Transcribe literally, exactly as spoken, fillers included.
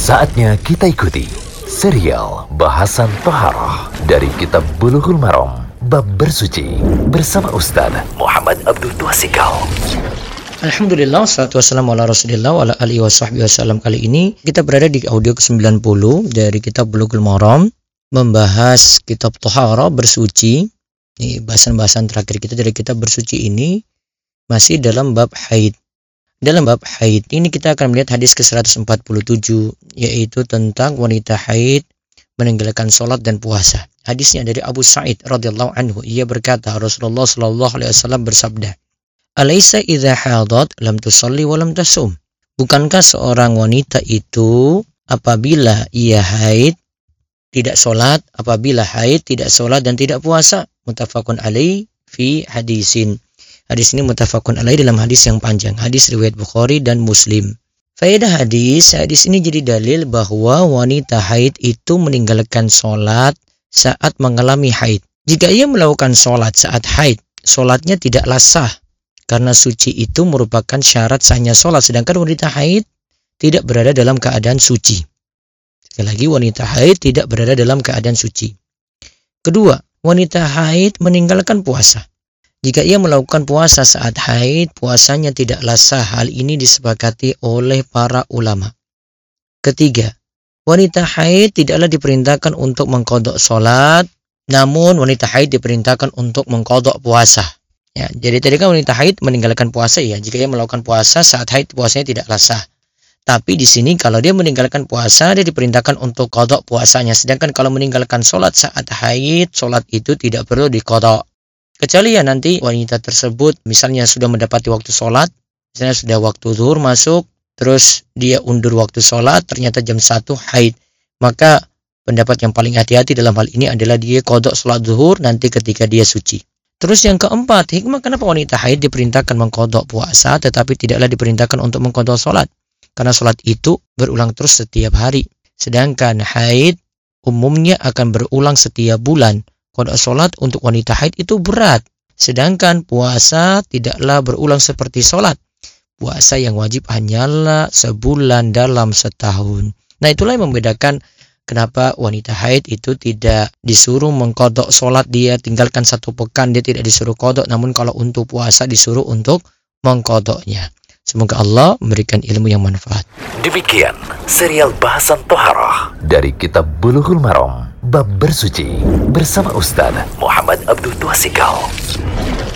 Saatnya kita ikuti serial bahasan Toharoh dari Kitab Bulughul Maram Bab Bersuci bersama Ustaz Muhammad Abdul Twasikal. Alhamdulillah, wassalatu wassalamu ala rasulillah wa ala alihi wa sahbihi wasallam. Kali ini kita berada di audio ke sembilan puluh dari Kitab Bulughul Maram, membahas Kitab Toharoh, bersuci. Ini bahasan-bahasan terakhir kita dari Kitab Bersuci ini masih dalam bab haid. Dalam bab haid ini kita akan melihat hadis ke seratus empat puluh tujuh, yaitu tentang wanita haid meninggalkan sholat dan puasa. Hadisnya dari Abu Sa'id radhiyallahu anhu. Ia berkata, Rasulullah shallallahu alaihi wasallam bersabda, "Alaysa idza hadat lam tusalli wa lam tasum?" Bukankah seorang wanita itu apabila ia haid tidak sholat, apabila haid tidak sholat dan tidak puasa? Muttafaqun alaih fi hadisin. Hadis ini muttafaqun alaih dalam hadis yang panjang. Hadis riwayat Bukhari dan Muslim. Faedah hadis, hadis ini jadi dalil bahwa wanita haid itu meninggalkan sholat saat mengalami haid. Jika ia melakukan sholat saat haid, sholatnya tidaklah sah, karena suci itu merupakan syarat sahnya sholat. Sedangkan wanita haid tidak berada dalam keadaan suci. Sekali lagi, wanita haid tidak berada dalam keadaan suci. Kedua, wanita haid meninggalkan puasa. Jika ia melakukan puasa saat haid, puasanya tidaklah sah. Hal ini disepakati oleh para ulama. Ketiga, wanita haid tidaklah diperintahkan untuk mengqadha sholat, namun wanita haid diperintahkan untuk mengqadha puasa. Ya, jadi tadi kan wanita haid meninggalkan puasa ya. Jika ia melakukan puasa saat haid, puasanya tidaklah sah. Tapi di sini kalau dia meninggalkan puasa, dia diperintahkan untuk qadha puasanya. Sedangkan kalau meninggalkan sholat saat haid, sholat itu tidak perlu diqadha. Kecuali ya nanti wanita tersebut misalnya sudah mendapati waktu sholat, misalnya sudah waktu zuhur masuk, terus dia undur waktu sholat, ternyata jam satu haid. Maka pendapat yang paling hati-hati dalam hal ini adalah dia qadha sholat zuhur nanti ketika dia suci. Terus yang keempat, hikmah kenapa wanita haid diperintahkan mengqadha puasa tetapi tidaklah diperintahkan untuk mengqadha sholat? Karena sholat itu berulang terus setiap hari. Sedangkan haid umumnya akan berulang setiap bulan. Qadha sholat untuk wanita haid itu berat. Sedangkan puasa tidaklah berulang seperti sholat. Puasa yang wajib hanyalah sebulan dalam setahun. Nah, itulah yang membedakan kenapa wanita haid itu tidak disuruh mengqadha sholat. Dia tinggalkan satu pekan, dia tidak disuruh qadha. Namun kalau untuk puasa disuruh untuk mengqadhanya. Semoga Allah memberikan ilmu yang manfaat. Demikian serial bahasan Toharoh dari Kitab Bulughul Maram Bab Bersuci bersama Ustaz Muhammad Abdul Twasikal.